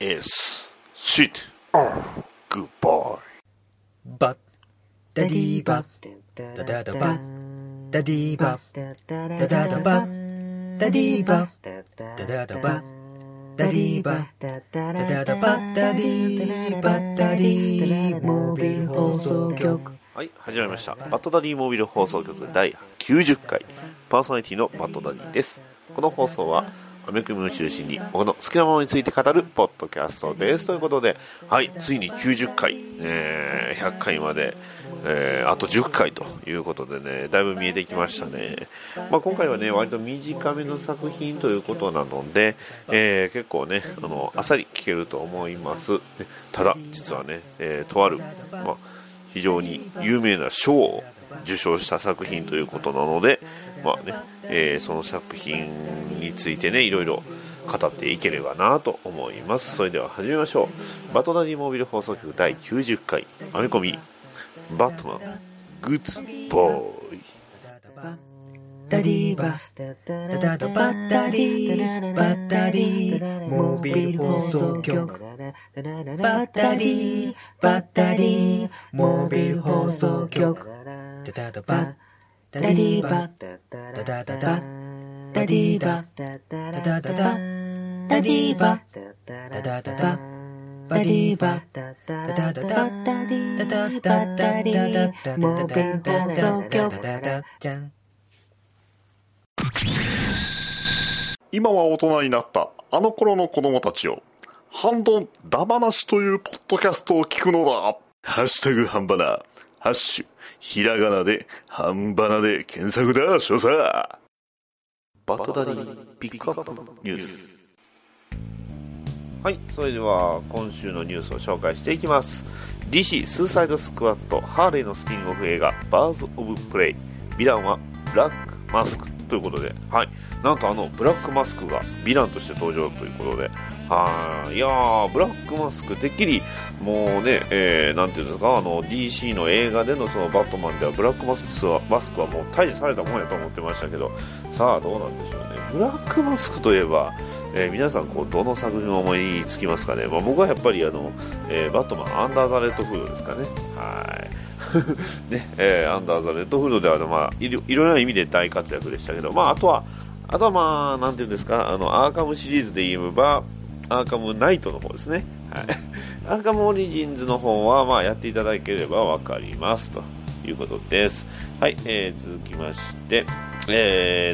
is shit or goodbye. But da dee ba da da da ba da dee ba da da da ba da dee ba da da da baダディーバダダダバダディーバダディーモービル放送局。 はい、始まりました。バッドダディモービル放送局第90回パーソナリティのバッドダディです。この放送はアメコミを中心に僕の好きなものについて語るポッドキャストです。ということで、はい、ついに90回、100回まで、あと10回ということでね、だいぶ見えてきましたね。今回はね、割と短めの作品ということなので、結構ね、あっさり聞けると思います。ただ、実はね、とある、非常に有名な賞を受賞した作品ということなので、その作品についてね、いろいろ語っていければなと思います。それでは始めましょう。バトダディモービル放送局第90回アメコミバットマングッドボーイ。 ダディーバダダダバダディーバダディーモービル放送局。バダディーバダディーモービル放送局。ダダダバダディーバダダダダダディーバダダダダダディーバダダダダバディーバダダダダダディーバダダダダモービル放送局。じゃん。 今は大人になったあの頃の子供たちよ、半ドダバなしというポッドキャストを聞くのだ。ハッシュタグ半ばな、ハッシュひらがなで半ばなで検索だ。少佐バッドダディピックアップニュース。はい、それでは今週のニュースを紹介していきます。 DC スーサイドスクワットハーレーのスピンオフ映画バーズ・オブ・プレイ、ヴィランはブラックマスクということで、はい、なんとブラックマスクがヴィランとして登場ということで、いやー、ブラックマスクてっきりもうね、なんていうんですか、DC の映画でのそのバットマンではブラックマスクはもう退治されたもんやと思ってましたけど、さあどうなんでしょうね。ブラックマスクといえば、皆さんどの作品を思いつきますかね。僕はやっぱりバットマンアンダーザレッドフードですかね。はいね、アンダーザレッドフードではいろいろな意味で大活躍でしたけど、あとはなんていうんですか、アーカムシリーズで言えばアーカムナイトの方ですね。はい、アーカムオリジンズの方はやっていただければわかりますということです。はい、続きまして、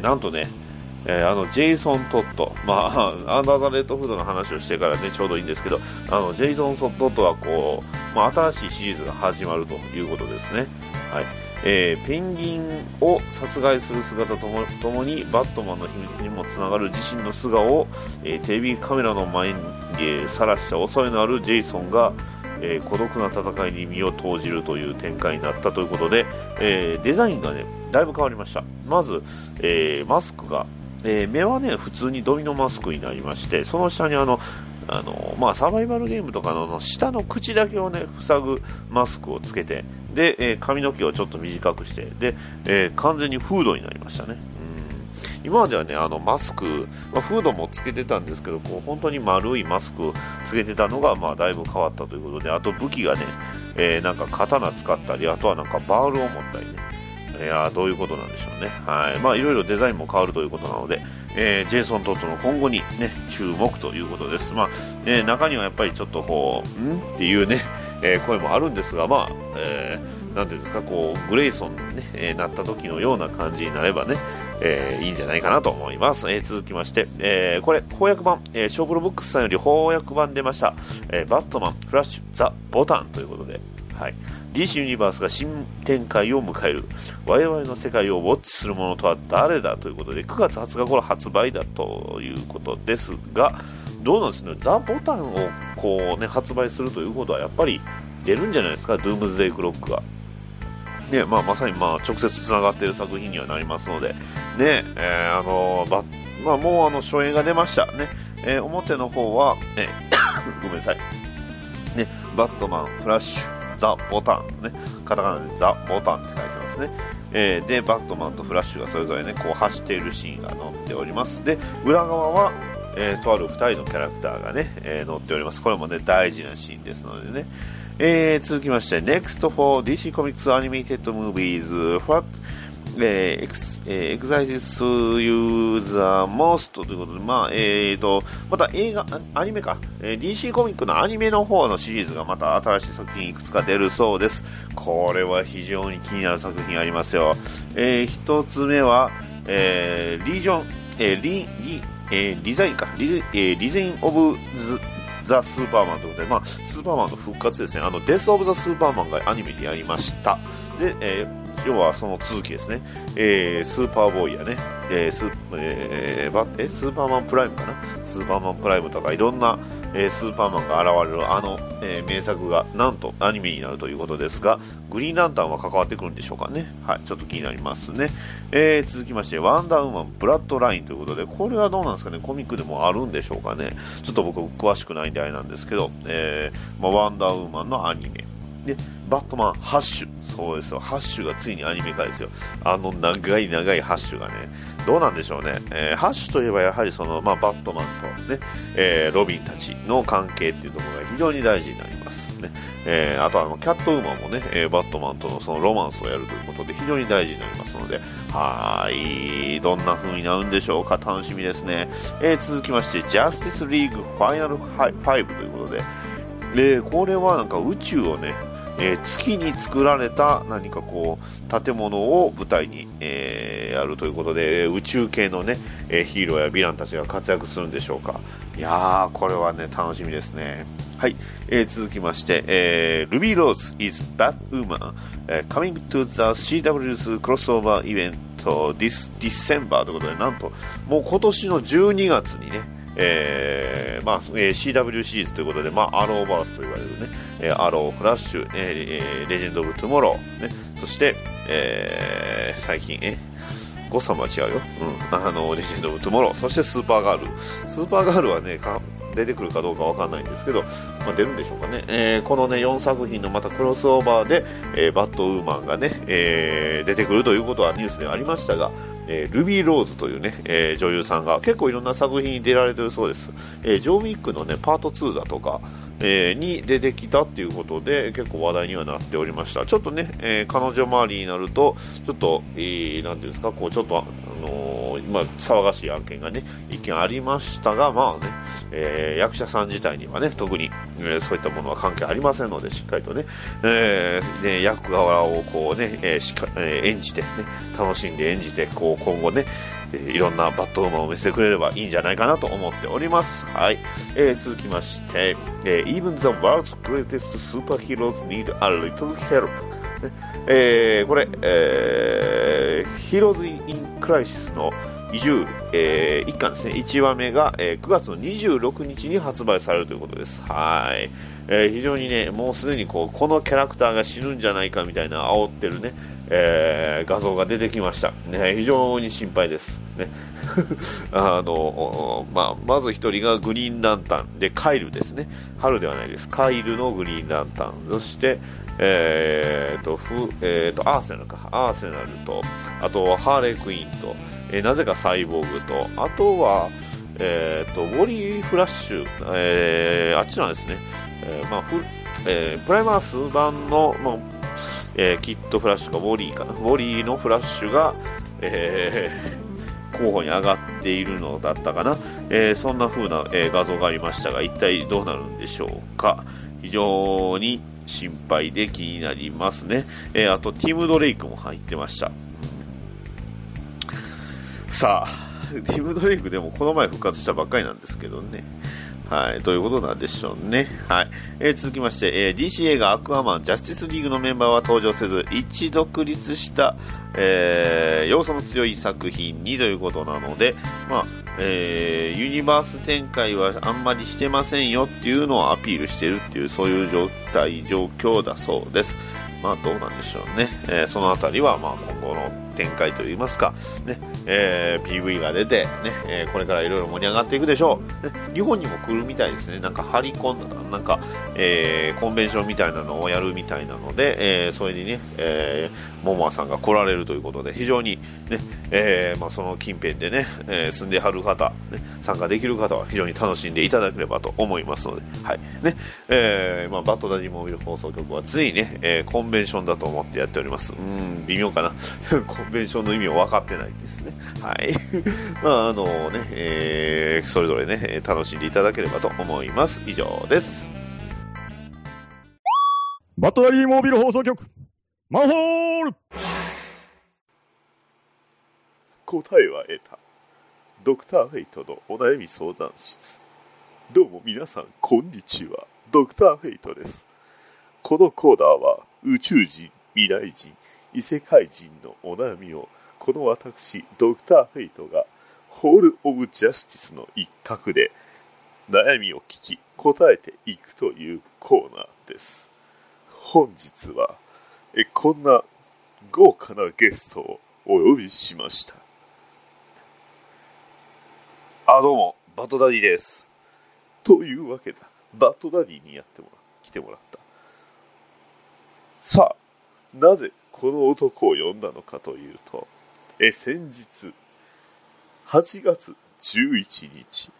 なんとね、ジェイソン・トッド、アンダーザ・レッドフードの話をしてからね、ちょうどいいんですけど、ジェイソン・トッドは新しいシリーズが始まるということですね。はい、ペンギンを殺害する姿ともにバットマンの秘密にもつながる自身の素顔を、テレビカメラの前にさらした恐れのあるジェイソンが、孤独な戦いに身を投じるという展開になったということで、デザインがねだいぶ変わりました。まず、マスクが目はね普通にドミノマスクになりまして、その下にサバイバルゲームとかの下の口だけをね塞ぐマスクをつけて、で、髪の毛をちょっと短くして、で、完全にフードになりましたね。今まではねマスク、フードもつけてたんですけど、本当に丸いマスクをつけてたのがだいぶ変わったということで、あと武器がね、なんか刀使ったり、あとはなんかバールを持ったりね、いやどういうことなんでしょうね。はい、いろいろデザインも変わるということなので、ジェイソン・トッドの今後にね注目ということです。中にはやっぱりちょっとっていうね、声もあるんですが、なんていうんですか、グレイソンに、ねなった時のような感じになればね、いいんじゃないかなと思います。続きまして、これ翻訳版、ショーブロブックスさんより翻訳版出ました、バットマンフラッシュザ・ボタンということで、はい、DC ユニバースが新展開を迎える我々の世界をウォッチするものとは誰だということで、9月20日頃発売だということですが、どうなんですね、ザ・ボタンを発売するということはやっぱり出るんじゃないですか、ドゥームズデイクロックがね、まさに直接つながっている作品にはなりますのでね、もう初映が出ましたね。表の方は、ごめんなさいね、バットマンフラッシュザ・ボタンね、カタカナでザ・ボタンって書いてますね。でバットマンとフラッシュがそれぞれね走っているシーンが載っております。で裏側はとある2人のキャラクターがね、載っております。これもね大事なシーンですのでね。続きまして Next for DC Comics Animated Movies What Excites You the Most ということで、また映画アニメか、DC コミックのアニメの方のシリーズがまた新しい作品いくつか出るそうです。これは非常に気になる作品ありますよ。一つ目は、リザインオブザ・スーパーマンということで、スーパーマンの復活ですね。デス・オブ・ザ・スーパーマンがアニメでやりました。で、要はその続きですね。スーパーボーイやね、スーパーマンプライムかな、スーパーマンプライムとかいろんな、スーパーマンが現れる名作がなんとアニメになるということですが、グリーンランタンは関わってくるんでしょうかね。はい、ちょっと気になりますね。続きましてワンダーウーマンブラッドラインということで、これはどうなんですかね、コミックでもあるんでしょうかね。ちょっと僕詳しくないんであれなんですけど、ワンダーウーマンのアニメで、バットマンハッシュ、そうですよ、ハッシュがついにアニメ化ですよ。長いハッシュがね、どうなんでしょうね。ハッシュといえばやはりその、バットマンとね、ロビンたちの関係っていうところが非常に大事になりますね。あとキャットウーマンもね、バットマンとのそのロマンスをやるということで非常に大事になりますので、どんな風になるんでしょうか、楽しみですね。続きましてジャスティスリーグファイナル5ということで、これはなんか宇宙をね、月に作られた何かこう建物を舞台に、やるということで、宇宙系のね、ヒーローやヴィランたちが活躍するんでしょうか。いやー、これはね楽しみですね。はい、続きまして、Ruby Rose is Batwoman、coming to the CW's crossover event this December ということで、なんともう今年の12月にね、CW シリーズということで、アローバースと言われるね、アロー、フラッシュ、レジェンド・オブ・トゥモロー、ね、そして、最近ゴッサムは違うよ、レジェンド・オブ・トゥモロー、そしてスーパーガールはね出てくるかどうかわかんないんですけど、出るんでしょうかね。このね4作品のまたクロスオーバーで、バットウーマンがね、出てくるということはニュースでありましたが、ルビー・ローズというね、女優さんが結構いろんな作品に出られているそうです。ジョー・ウィックのねパート2だとか、に出てきたっていうことで結構話題にはなっておりました。ちょっとね、彼女周りになるとちょっと、なんていうんですか、こうちょっと騒がしい案件がね一件ありましたが、役者さん自体にはね特に、そういったものは関係ありませんので、しっかりとね、役柄をこうね、演じてね、楽しんで演じて、こう今後ねいろんなバットウーマンを見せてくれればいいんじゃないかなと思っております。はい、続きまして、Even the world's greatest superheroes need a little help、これ、Heroes in Crisis の移住、1巻ですね。1話目が、9月の26日に発売されるということです。はい、非常にね、もうすでにこのキャラクターが死ぬんじゃないかみたいな煽ってるね、画像が出てきました、ね、非常に心配ですね。まず一人がグリーンランタンで、カイルですね。春ではないです。カイルのグリーンランタン、そしてアーセナルと、あとハーレークイーンと、なぜかサイボーグと、あとはウォリーフラッシュ、あっちなんですね。プライマース版の、キッドフラッシュかウォリーのフラッシュが、候補に上がっているのだったかな。そんな風な、画像がありましたが、一体どうなるんでしょうか。非常に心配で気になりますね。あとティム・ドレイクも入ってました。さあ、ティム・ドレイクでもこの前復活したばっかりなんですけどね。はい、どういうことなんでしょうね。はい、続きまして、DC 映画アクアマンジャスティスリーグのメンバーは登場せず、一独立した、要素の強い作品にということなので、ユニバース展開はあんまりしてませんよっていうのをアピールしているっていう、そういう状況だそうです。どうなんでしょうね。そのあたりは今後の展開といいますか、ねPV が出て、ねこれからいろいろ盛り上がっていくでしょう、ね。日本にも来るみたいですね。なんかハリコンなんか、コンベンションみたいなのをやるみたいなので、それにね、モモアさんが来られるということで、非常にね、その近辺でね、住んではる方、ね、参加できる方は非常に楽しんでいただければと思いますので、はいねバッドダディモービル放送局はついにね、コンベンションだと思ってやっております。微妙かなコンベンションの意味を分かってないですね。はいそれぞれね楽しんでいただければと思います。以上です。 バッドダディモービル放送局マンホール。 答えは得た。ドクターフェイトのお悩み相談室。どうも皆さんこんにちは。ドクターフェイトです。このコーナーは宇宙人、未来人、異世界人のお悩みをこの私ドクターフェイトがホールオブジャスティスの一角で悩みを聞き答えていくというコーナーです。本日はこんな豪華なゲストをお呼びしました。 どうもバッドダディです。 というわけだ。バッドダディに来てもらった。さあ、なぜこの男を呼んだのかというと、先日8月11日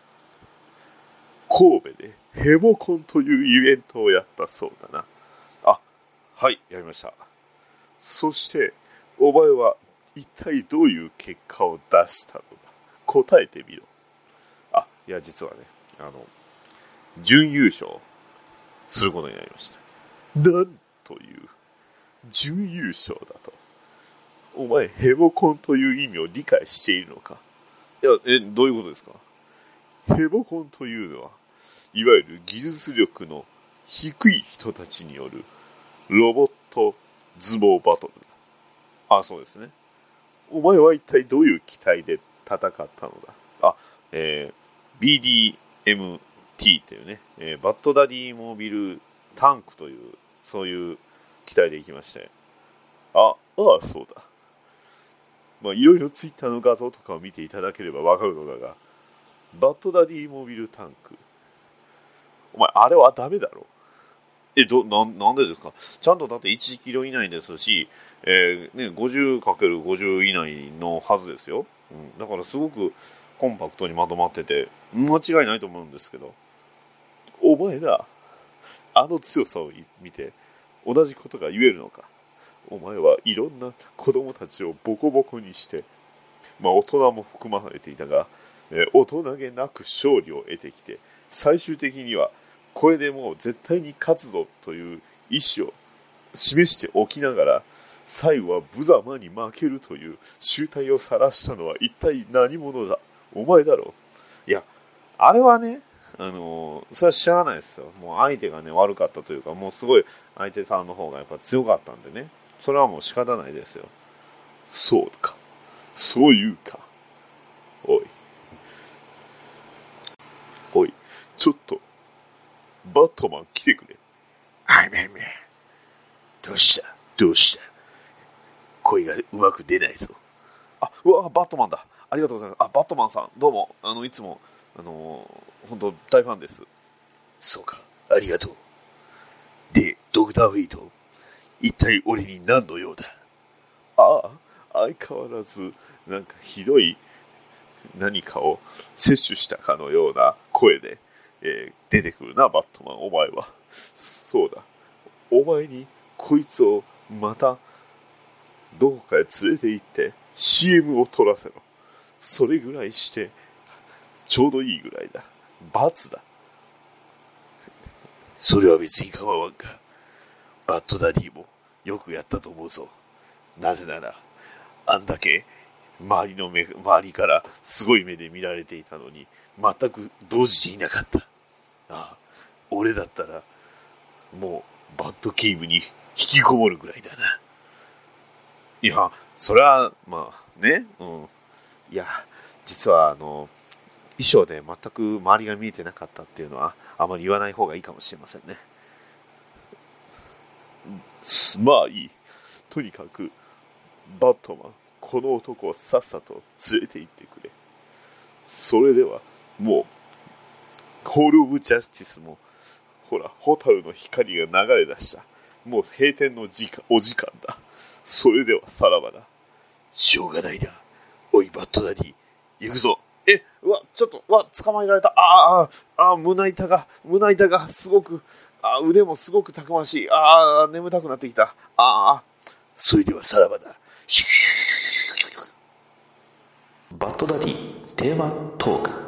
神戸でヘボコンというイベントをやったそうだな。 はい、やりました。 そしてお前は一体どういう結果を出したのか答えてみろ。 いや実はね準優勝することになりました。 なんという準優勝だと。お前ヘボコンという意味を理解しているのか。 いやどういうことですか。 ヘボコンというのはいわゆる技術力の低い人たちによるロボット相撲バトルだ。 そうですね。 お前は一体どういう機体で戦ったのだ。 BDMT というね、バッドダディモービルタンクというそういう機体で行きまして。 そうだ。いろいろツイッターの画像とかを見ていただければわかるのだが、バッドダディモービルタンク、お前あれはダメだろ。 なんでですか。ちゃんとだって1キロ以内ですし、50×50 以内のはずですよ。だからすごくコンパクトにまとまってて間違いないと思うんですけど。 お前だ、あの強さを見て同じことが言えるのか。お前はいろんな子供たちをボコボコにして、大人も含まれていたが、大人げなく勝利を得てきて、最終的にはこれでもう絶対に勝つぞという意志を示しておきながら、最後は無様に負けるという醜態を晒したのは一体何者だ。お前だろう。 いやあれはねそれはしゃあないですよ。もう相手がね悪かったというか、もうすごい相手さんの方がやっぱ強かったんでね、それはもう仕方ないですよ。 そうか、そういうか。おいちょっとバットマン来てくれ。 どうした声がうまく出ないぞ。 バットマンだ。ありがとうございます。バットマンさん、どうもいつも本当大ファンです。 そうか、ありがとう。で、ドクターフェイト、一体俺に何の用だ。 相変わらずなんかひどい何かを摂取したかのような声で、出てくるな、バットマン。お前はそうだ、お前にこいつをまたどこかへ連れて行って CM を撮らせろ。それぐらいしてちょうどいいぐらいだ。罰だ。 それは別に構わんが、バッドダディもよくやったと思うぞ。なぜならあんだけ周りからすごい目で見られていたのに全く動じていなかった。俺だったらもうバッドゲームに引きこもるぐらいだな。 いやそれはね、いや実は衣装で全く周りが見えてなかったっていうのはあまり言わない方がいいかもしれませんね。 いい。とにかくバットマン、この男をさっさと連れて行ってくれ。それでは、もう、コール・オブ・ジャスティスも、ほら、ホタルの光が流れ出した。もう閉店のお時間だ。それではさらばだ。しょうがないな。おい、バットダディ、行くぞ。ちょっと、捕まえられた。胸板がすごく、腕もすごくたくましい。眠たくなってきた。それではさらばだ。 バッドダディテーマトーク。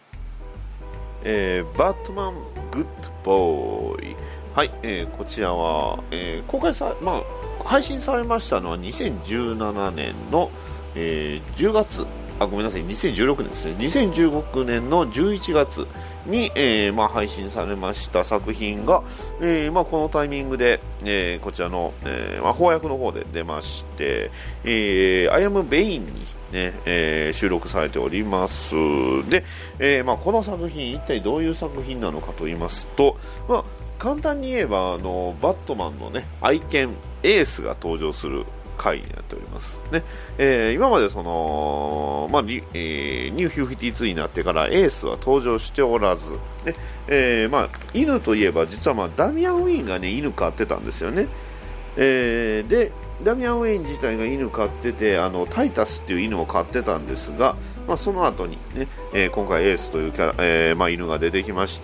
バットマングッドボーイ。はい、こちらは、配信されましたのは2017年の、10月、ごめんなさい、2016年ですね。2016年の11月に、配信されました作品が、このタイミングで、こちらの、翻訳の方で出まして、I am Bane に、ね収録されております。で、この作品、一体どういう作品なのかと言いますと、簡単に言えば、バットマンのね、愛犬、エースが登場する回になっておりますね。今までその、ニュー52になってからエースは登場しておらず、ね犬といえば実はダミアン・ウェインがね犬飼ってたんですよね。でダミアン・ウェイン自体が犬飼っててタイタスっていう犬を飼ってたんですが、その後にね、今回エースというキャラ、犬が出てきまして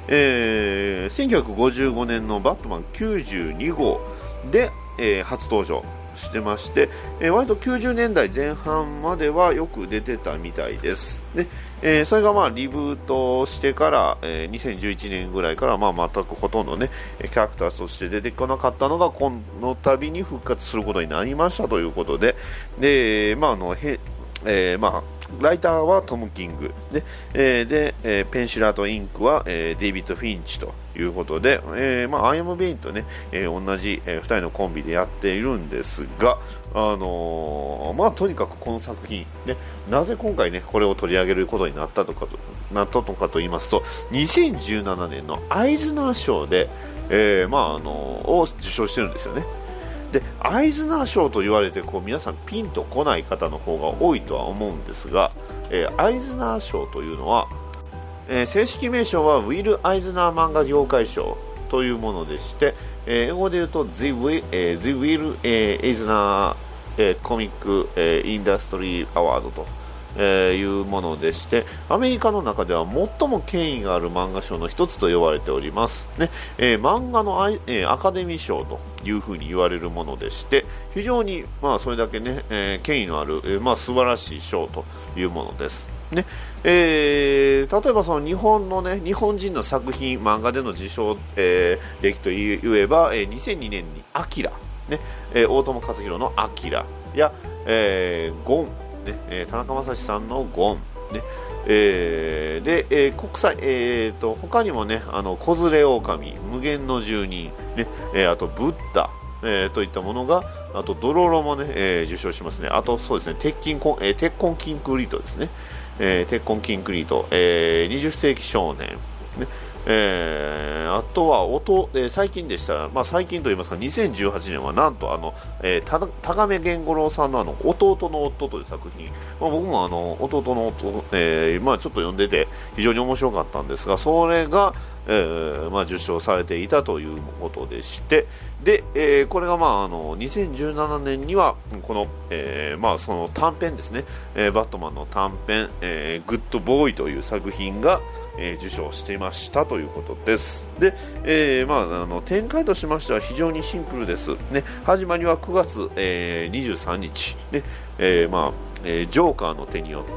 、1955年のバットマン92号で、初登場してまして、割と90年代前半まではよく出てたみたいです。で、それがリブートしてから、2011年ぐらいから全くほとんどねキャラクターとして出てこなかったのがこの度に復活することになりましたということで、ライターはトム・キングで、ペンシルアートインクは、デイビッド・フィンチということで、アイアム・ベインとね、同じ、2人のコンビでやっているんですが、とにかくこの作品、ね、なぜ今回ねこれを取り上げることになったのかと言いますと、2017年のアイズナー賞で、を受賞してるんですよね。でアイズナー賞と言われて皆さんピンとこない方の方が多いとは思うんですが、アイズナー賞というのは、正式名称はウィル・アイズナー漫画業界賞というものでして、英語で言うと The Will Eisner Comic Industry Award というものでして、アメリカの中では最も権威がある漫画賞の一つと呼ばれておりますね。漫画のアカデミー賞というふうに言われるものでして、非常にそれだけね、権威のある、素晴らしい賞というものですね。例えばその日本人の作品漫画での受賞、歴といえば、2002年にアキラ、ね大友克洋のアキラや、ゴン田中将司さんのゴン、で、国際、他にもね子連れ狼、無限の住人、あとブッダ、といったものが、あとドロロもね、受賞しますね。あとそうですね、鉄痕キンクリートですね、鉄痕キンクリート、20世紀少年、ねあとは最近でしたら、最近といいますか2018年はなんと田亀源五郎さんの弟の夫という作品、僕も弟の夫、ちょっと読んでて非常に面白かったんですが、それが、受賞されていたということでして、で、これが2017年にはこの、その短編ですね、バットマンの短編、グッドボーイという作品が受賞していましたということです。で、展開としましては非常にシンプルです、ね、始まりは9月、23日、ねジョーカーの手によって、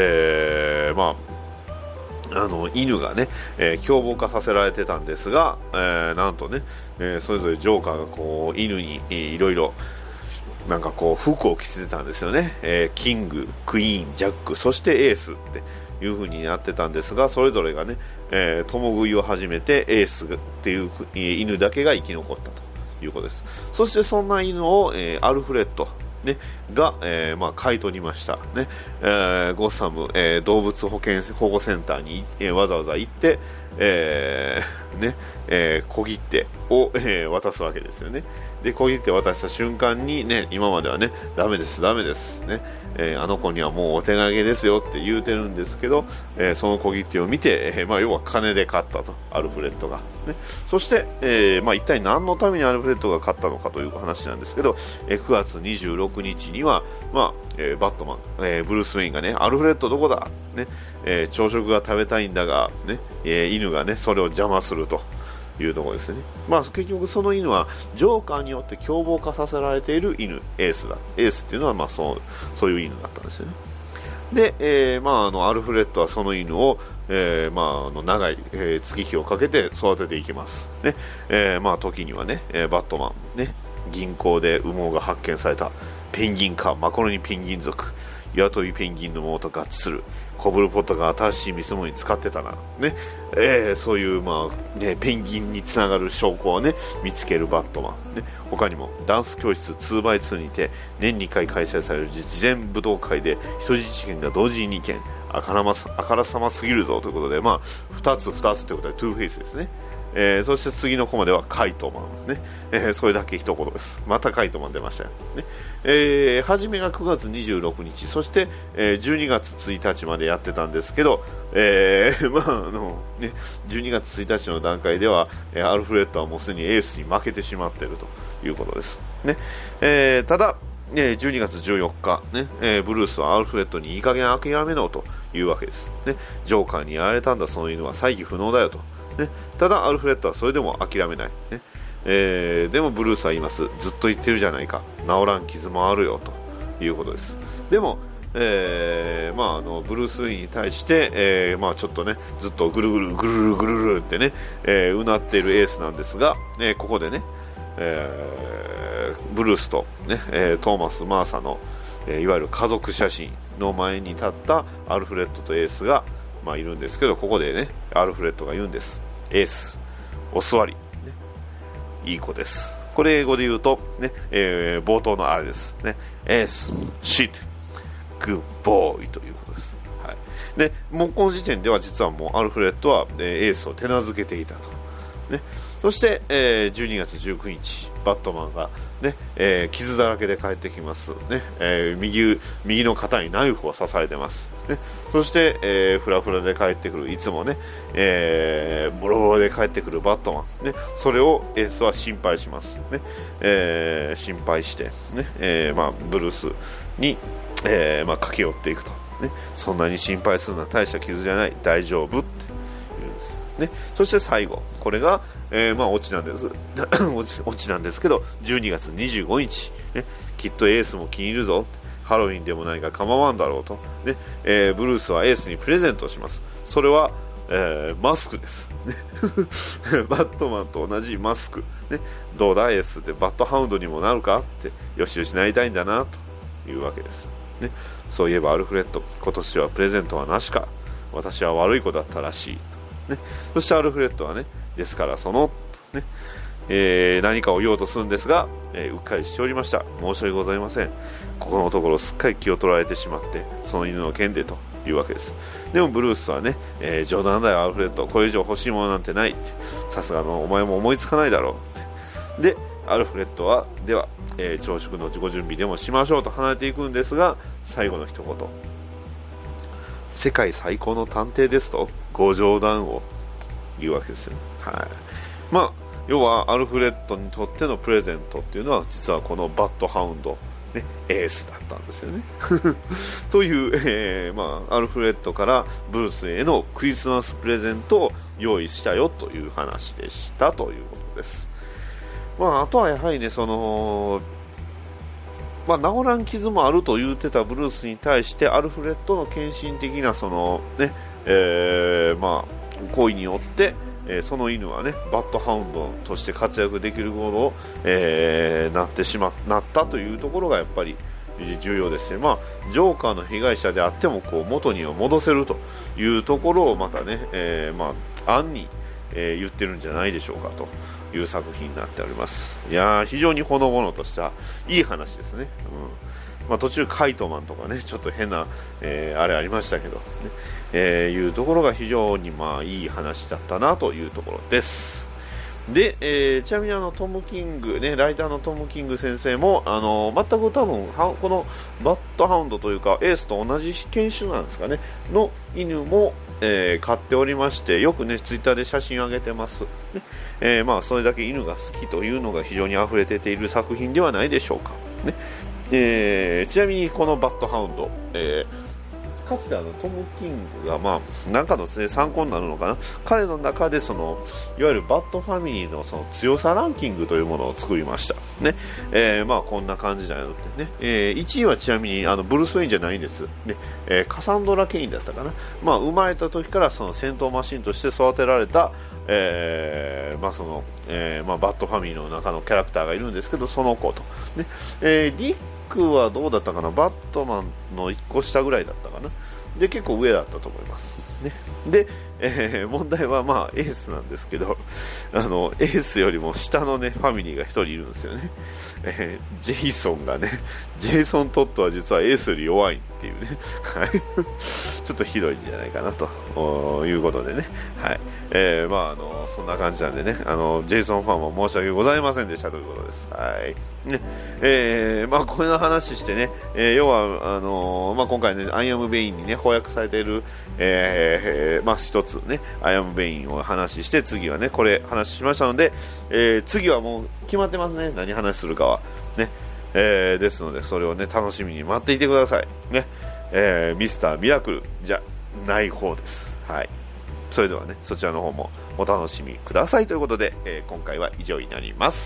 犬がね、凶暴化させられてたんですが、なんとね、それぞれジョーカーが犬にいろいろ服を着せてたんですよね。キング、クイーン、ジャック、そしてエースっていう風になってたんですが、それぞれがね、共食いを始めてエースっていう犬だけが生き残ったということです。そしてそんな犬を、アルフレッドが、買い取りましたね。ゴッサム、動物保護センターに、わざわざ行って、 ね、小切手を、渡すわけですよね。で小切手渡した瞬間にね、今まではねダメですね、あの子にはもうお手上げですよって言うてるんですけど、その小切手を見て、要は金で買ったと、アルフレッドが、ね、そして、一体何のためにアルフレッドが買ったのかという話なんですけど、9月26日には、バットマン、ブルース・ウェインがね、アルフレッドどこだ、ね、朝食が食べたいんだが、ね、犬がねそれを邪魔するというところですね。結局その犬はジョーカーによって凶暴化させられている犬、エースっていうのはそういう犬だったんですよね。で、アルフレッドはその犬を、長い、月日をかけて育てていきますね。時にはね、バットマンね、銀行で羽毛が発見されたペンギンかマコロニペンギン族、ヤトビペンギンの羽毛と合致するコブルポットが新しい見せ物に使ってたな、ね、そういう、ペンギンにつながる証拠をね見つけるバットマン、ね、他にもダンス教室 2x2 にて年2回開催される事前武道会で人質事件が同時に2件、あからさますぎるぞということで、2つということでトゥーフェイスですね。そして次のコマではカイトマン、ね、それだけ一言です。またカイトマン出ましたよ、ね。初めが9月26日、そして、12月1日までやってたんですけど、12月1日の段階では、アルフレッドはもうすでにエースに負けてしまっているということです、ね。ただ12月14日、ね、ブルースはアルフレッドにいい加減諦めろというわけです、ね。ジョーカーにやられたんだ、その犬は再起不能だよと、ね。ただアルフレッドはそれでも諦めない、ね。でもブルースは言います。ずっと言ってるじゃないか、治らん傷もあるよということです。でも、ブルース・ウェインに対して、ちょっとねずっとぐるぐるってね、うなっているエースなんですが、ここでね、ブルースと、ねトーマス・マーサの、いわゆる家族写真の前に立ったアルフレッドとエースが、いるんですけど、ここでねアルフレッドが言うんです。エースお座り、ね、いい子です。これ英語で言うと、ね冒頭のあれですね、エースシットグッボーイということです。はい、でもうこの時点では実はもうアルフレッドは、エースを手なずけていたと、ね。そして、12月19日バットマンが、ね傷だらけで帰ってきます、ね右の肩にナイフを刺されてます、ね。そして、フラフラで帰ってくる、いつもね、ボロボロで帰ってくるバットマン、ね、それをエースは心配します、ね心配して、ねブルースに、駆け寄っていくと、ね。そんなに心配するのは大した傷じゃない、大丈夫って言うんですね。そして最後、これが、オチなんですオチなんですけど、12月25日、ね、きっとエースも気に入るぞ、ハロウィンでもないが構わんだろうと、ねブルースはエースにプレゼントします。それは、マスクです、ね、バットマンと同じマスク、ね、どうだエースってバットハウンドにもなるかってよしよしなりたいんだなというわけです、ね。そういえばアルフレッド、今年はプレゼントはなしか、私は悪い子だったらしいと、ね。そしてアルフレッドはね、ですからその、ね何かを言おうとするんですが、うっかりしておりました、申し訳ございません、ここのところすっかり気を取られてしまってその犬の件でというわけです。でもブルースはね、冗談だよアルフレッド、これ以上欲しいものなんてないって、さすがのお前も思いつかないだろうって。でアルフレッドはでは、朝食のご準備でもしましょうと離れていくんですが、最後の一言、世界最高の探偵ですとご冗談を言うわけですよ。はい。要はアルフレッドにとってのプレゼントっていうのは実はこのバットハウンド、ね、エースだったんですよねという、アルフレッドからブルースへのクリスマスプレゼントを用意したよという話でしたということです。あとはやはりね、その治らん傷もあると言ってたブルースに対してアルフレッドの献身的なそのね、行為によってその犬はねバットハウンドとして活躍できるほど、なったというところがやっぱり重要ですね。ジョーカーの被害者であってもこう元には戻せるというところをまたね、暗に、 言ってるんじゃないでしょうかという作品になっております。いやー、非常にほのぼのとしたいい話ですね。途中カイトマンとかね、ちょっと変な、あれありましたけど、ねいうところが非常にいい話だったなというところです。で、ちなみにトム・キング、ね、ライターのトム・キング先生も全く多分このバッドハウンドというかエースと同じ犬種なんですかねの犬も、飼っておりまして、よくねツイッターで写真を上げてます、ねそれだけ犬が好きというのが非常に溢れ出ている作品ではないでしょうか、ねちなみにこのバッドハウンド、かつてトム・キングがなんかの、参考になるのかな、彼の中でいわゆるバッドファミリーの強さランキングというものを作りましたね。こんな感じだよってね、1位はちなみにブルース・ウェインじゃないんです、ねカサンドラ・ケインだったかな。生まれた時から戦闘マシンとして育てられたバッドファミリーの中のキャラクターがいるんですけど、その子と、ねディックはどうだったかな、バットマンの1個下ぐらいだったかな。で結構上だったと思います、ね、で、問題はエースなんですけど、エースよりも下のねファミリーが1人いるんですよね。ジェイソンがね、ジェイソン・トッドは実はエースより弱いっていうねちょっとひどいんじゃないかなということでね、はいそんな感じなんでね、ジェイソンファンは申し訳ございませんでしたということです。はいねこんな話してね、要は今回ねアイアム・ベインにね翻訳されている、一つねアイアム・ベインを話して、次はねこれ話しましたので、次はもう決まってますね、何話するかはね、ですのでそれをね楽しみに待っていてくださいね。ミスターミラクルじゃない方です。はい、それではねそちらの方もお楽しみくださいということで、今回は以上になります。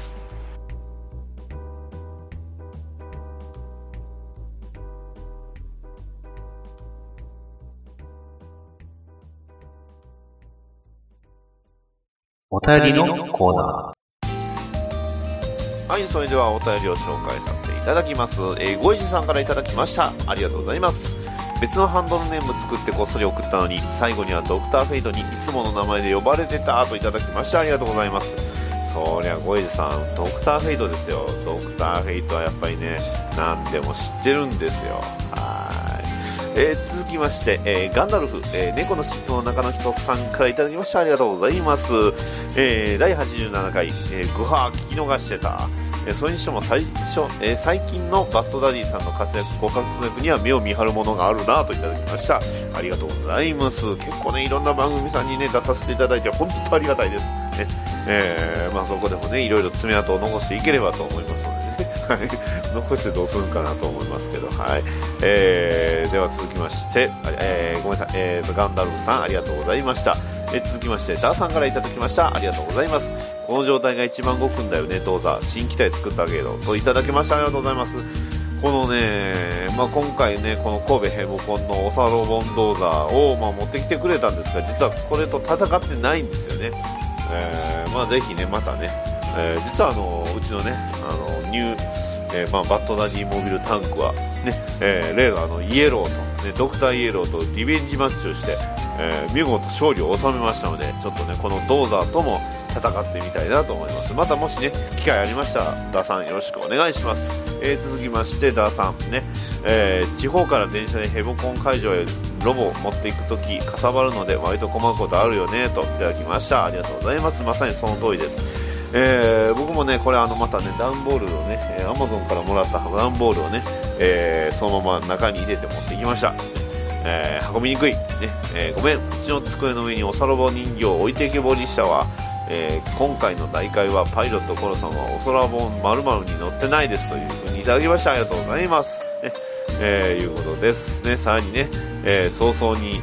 お便りのコーナー。はい、それではお便りを紹介させていただきます。ごいじさんからいただきました。ありがとうございます。別のハンドルネーム作ってこっそり送ったのに、最後にはドクターフェイトにいつもの名前で呼ばれてたといただきました。ありがとうございます。そりゃごいじさん、ドクターフェイトですよ。ドクターフェイトはやっぱりね何でも知ってるんですよ。続きまして、ガンダルフ、猫の尻尾の中の人さんからいただきました。ありがとうございます。第87回、グハー聞き逃してた。それにしても最近のバッドダディさんのご活躍には目を見張るものがあるなといただきました。ありがとうございます。結構ねいろんな番組さんにね出させていただいて本当ありがたいですね。そこでもねいろいろ爪痕を残していければと思いますので残してどうするかなと思いますけど、はいでは続きまして、ごめんなさい、ガンダルフさんありがとうございました。続きましてダーさんからいただきました。ありがとうございます。この状態が一番動くんだよね、どうぞ新機体作ったけどといただきました。ありがとうございます。このね、今回ねこの神戸ヘボコンのオサロボンドーザーを、持ってきてくれたんですが、実はこれと戦ってないんですよね。ぜひねまたね、実はうちのねニュー、バッドダディモビルタンクはね、例のイエローと、ね、ドクターイエローとリベンジマッチをして、見事勝利を収めましたので、ちょっとねこのドーザーとも戦ってみたいなと思います。またもしね機会ありましたらダーさんよろしくお願いします。続きましてダーさんね、地方から電車でヘボコン会場へロボを持っていくときかさばるので割と困ることあるよねといただきました。ありがとうございます。まさにその通りです。僕もねこれまたね段ボールをね Amazon からもらった段ボールをね、そのまま中に入れて持ってきました。運びにくい、ねごめん、うちの机の上におさろば人形を置いてけぼりしたわ。今回の大会はパイロットコロさんはおそらぼん〇〇に乗ってないですというふうにいただきました。ありがとうございます、ねいうことですね。さらにね、早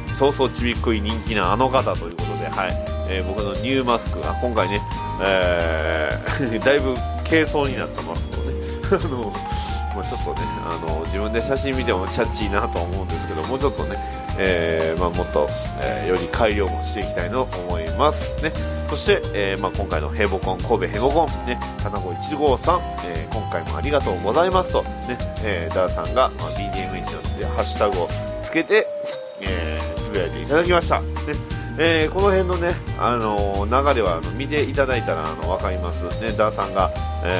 々ちびっこい人気なあの方ということで、はい僕のニューマスクが今回ね、だいぶ軽装になってますのでちょっとね自分で写真見てもチャッチーなと思うんですけど、もうちょっとね、もっと、より改良もしていきたいと思いますね。そして、今回のヘボコン神戸ヘボコンね金子153、今回もありがとうございますとね、ダーさんが、BDMH のハッシュタグをつけて、つぶやいていただきましたね。 この辺のね、流れは見ていただいたら分かりますね。ダーさんが、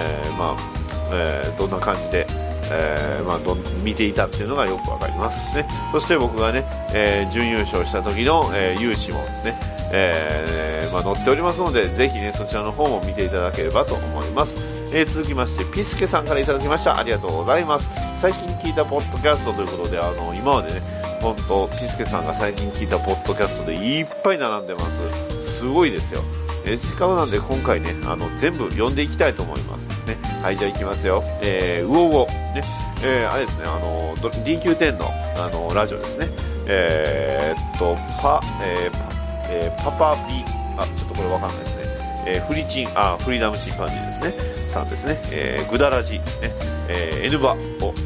どんな感じで、見ていたっていうのがよく分かりますね。そして僕がね、準優勝した時の、勇姿もね、載っておりますので、ぜひねそちらの方も見ていただければと思います。続きましてピスケさんからいただきました。ありがとうございます。最近聞いたポッドキャストということで、今までね本当ピスケさんが最近聞いたポッドキャストでいっぱい並んでます。すごいですよ。せっかくなんで今回ね全部読んでいきたいと思いますね。はい、じゃあいきますよ。ウオウオね、あれですね、DQ10 のラジオですね。パパビ、ちょっとこれわかんないですね。フリーダムチンパンジーですねさんですね。グダラジね、エヌバ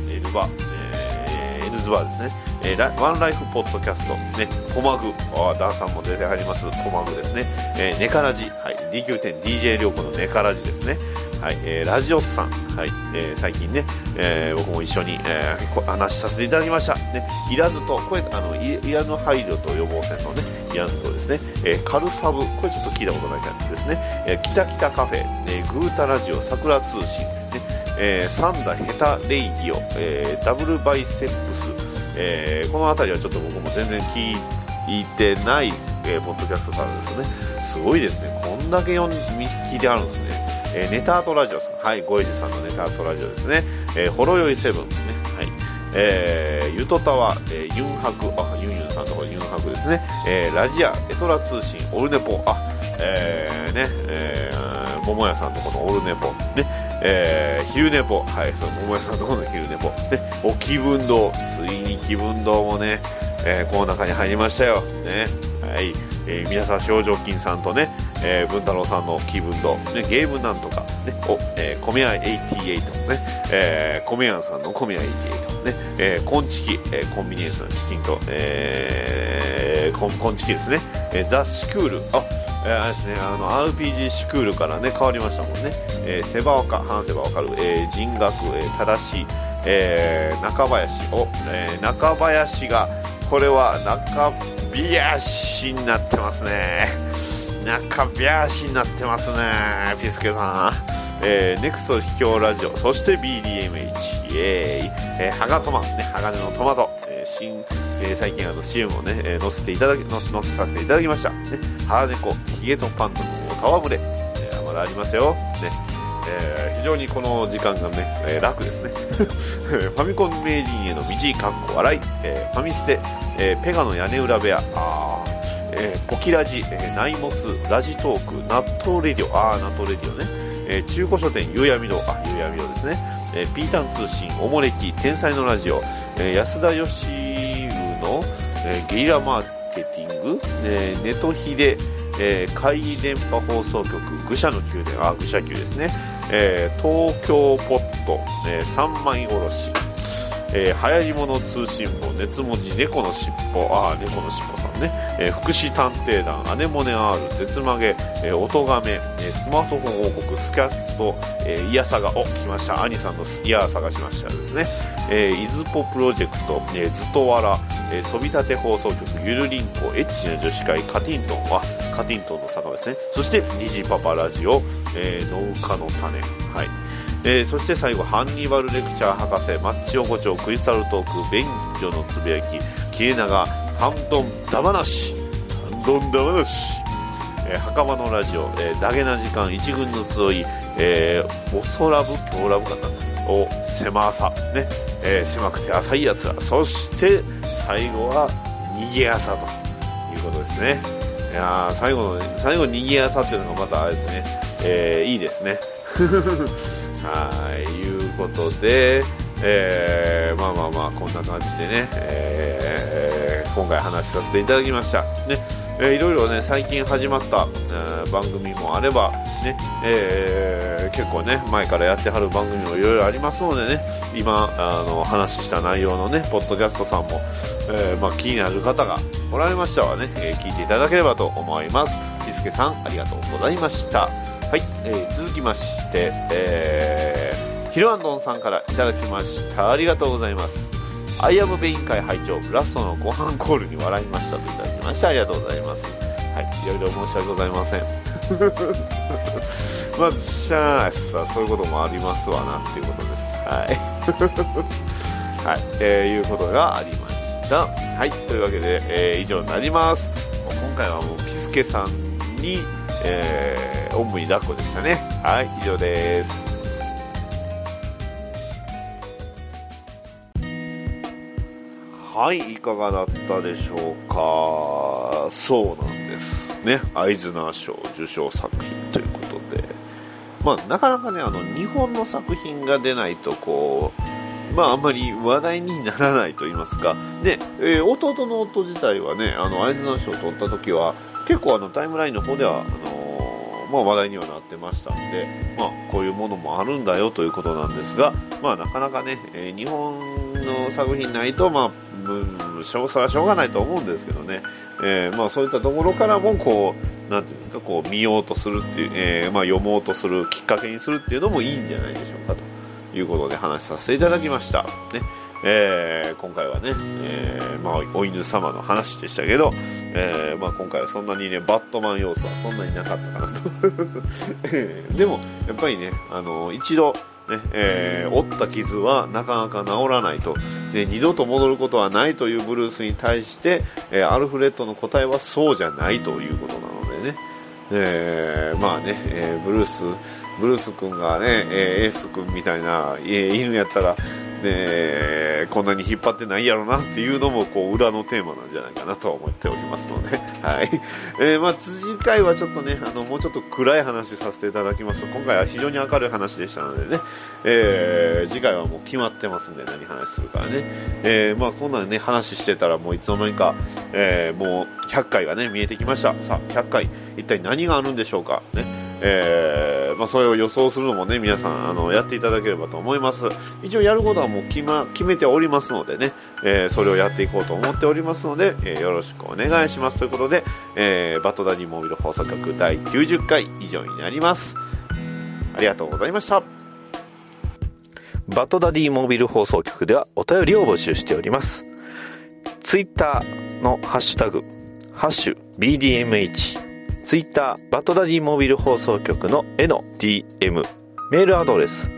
ですね。ワンライフポッドキャストね、ポマグ、ダーさんも出てはりますポマグですね。ネカラジ、はい、DQ10 DJ 涼子のネカラジですね。はい、ラジオスさん、はい、最近ね、僕も一緒に、話しさせていただきましたね。イラヌとこれイラヌ配慮と予防線のねイラヌとですね、カルサブ、これちょっと聞いたことないタイプですね。キタキタカフェ、グータラジオ、桜通信ね、サンダヘタレイディオ、ダブルバイセップス、この辺りはちょっと僕も全然聞いてない、ポッドキャストさんですね。すごいですね。こんだけ聞いてあるんですね。ネタアートラジオさん、はい、ゴイジさんのネタアートラジオですね。ほろよいセブンね、はい、ゆとたわ、ユンハク、ユンユンさんのところユンハクですね。ラジア、エソラ通信、オルネポ、桃屋さんのところのオルネポね。昼寝ぽ、はい、その桃屋さんのところの昼寝ぽね。気分堂、ついに気分堂もね、この中に入りましたよね。はい、宮沢正常金さんとね、文太郎さんの気分堂、ね、ゲームなんとかね、米屋88ね、米屋さんの米屋88ね、コンチキ、コンビニエンスのチキンと、コンチキですね。ザ・シクール、あれですね、RPG シクールからね変わりましたもんね。セバオカ、話せばわかる、人学、正しい、中林中林が、これは中林になってますね。中林になってますね、ピスケさん。ネクスト秘境ラジオ、そして BDMH、ハガトマね、鋼のトマト、最近CM をね、載せさせていただきましたね。ハーネコ、ヒゲとパンダの戯れ、まだありますよね。非常にこの時間がね、楽ですね。ファミコン名人への道かっこ笑い、ファミステ、ペガの屋根裏部屋、ポキラジ、ナイモスラジトーク、納豆レディオ、納豆レディオね、中古書店ゆうやみどですね。ピータン通信、おもれき、天才のラジオ、安田義宇の、ゲリラマーケティング、ネトヒデ、海電波放送局、愚者の宮殿、愚者宮ですね。東京ポット、三枚おろし、流行り物通信簿、熱文字、猫のしっぽ、猫のしっぽさんね。福祉探偵団、アネモネ R、絶曲げ、音がめ、スマートフォン王国、スキャスト、イヤサガ、来ました、兄さんのイヤー探しましたですね。イズポプロジェクト、ずとわら、飛び立て放送局、ゆるりんこ、エッチな女子会、カティントン、カティントンの坂ですね。そして虹パパラジオ、農家の種、はい。そして最後、ハンニバルレクチャー博士、マッチ横丁、クリスタルトーク、便所のつぶやき、切れ長、ハンドンダマなし、墓場のラジオ、ダゲな時間、一軍の集い、オソラブ、今日ラブかな、を狭さ、ね、狭くて浅いやつら、そして最後は逃げ朝ということですね。いや最後逃げ朝っていうのがまたあれですね、いいですね。はい、いうことで、こんな感じでね、今回話しさせていただきましたね。いろいろね最近始まった、番組もあればね、結構ね前からやってはる番組もいろいろありますのでね、今話した内容のねポッドキャストさんも、気になる方がおられましたらね、聞いていただければと思います。ピスケさんありがとうございました。はい、続きまして、ヒルアンドンさんからいただきました。ありがとうございます。アイアムベイン会拝聴、ラストのご飯コールに笑いましたといただきました。ありがとうございます。 はい、いろいろ申し訳ございませんまあしゃあないさ、そういうこともありますわなっていうことです。はいはい、いうことがありました。はい、というわけで、以上になります。今回はもうピスケさんに、おんぶに抱っこでしたね。はい、以上です。はい、いかがだったでしょうか。そうなんですね、アイズナー賞受賞作品ということで、まあなかなかね、日本の作品が出ないとこう、まああんまり話題にならないと言いますか。で、弟の夫自体はね、アイズナー賞を取った時は結構タイムラインの方ではまあ、話題にはなってましたんで、まあ、こういうものもあるんだよということなんですが、まあ、なかなかね、日本の作品ないと、まあ、それはしょうがないと思うんですけどね、まあ、そういったところからもこう、なんていうんですか、こう見ようとするっていう、まあ、読もうとするきっかけにするっていうのもいいんじゃないでしょうかということで話させていただきました。ね、今回はね、まあ、お犬様の話でしたけど、まあ、今回はそんなにねバットマン要素はそんなになかったかなとでもやっぱりね、一度ね、負った傷はなかなか治らないと、で二度と戻ることはないというブルースに対して、アルフレッドの答えはそうじゃないということなのでね、まあね、ブルース君がね、エース君みたいな犬やったらね、こんなに引っ張ってないやろなっていうのもこう裏のテーマなんじゃないかなと思っておりますので、はい。まあ次回はちょっとね、もうちょっと暗い話させていただきます。今回は非常に明るい話でしたのでね、次回はもう決まってますんで、何話するからね。まあこんなね話してたらもういつの間にか、もう100回がね見えてきました。さあ100回一体何があるんでしょうかね。まあ、それを予想するのもね皆さんやっていただければと思います。一応やることはもう決めておりますのでね、それをやっていこうと思っておりますので、よろしくお願いしますということで、バッドダディモービル放送局第90回以上になります。ありがとうございました。バッドダディモービル放送局ではお便りを募集しております。ツイッターのハッシュタグ#BDMH、ツイッターバッドダディモービル放送局の絵の DM、 メールアドレス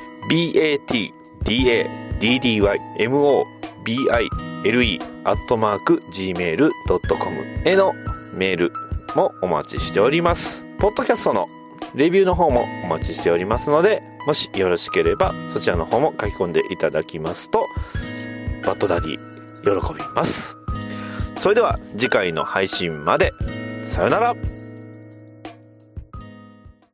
batdaddymobile@gmail.com へのメールもお待ちしております。ポッドキャストのレビューの方もお待ちしておりますので、もしよろしければそちらの方も書き込んでいただきますとバッドダディ喜びます。それでは次回の配信まで、さよなら。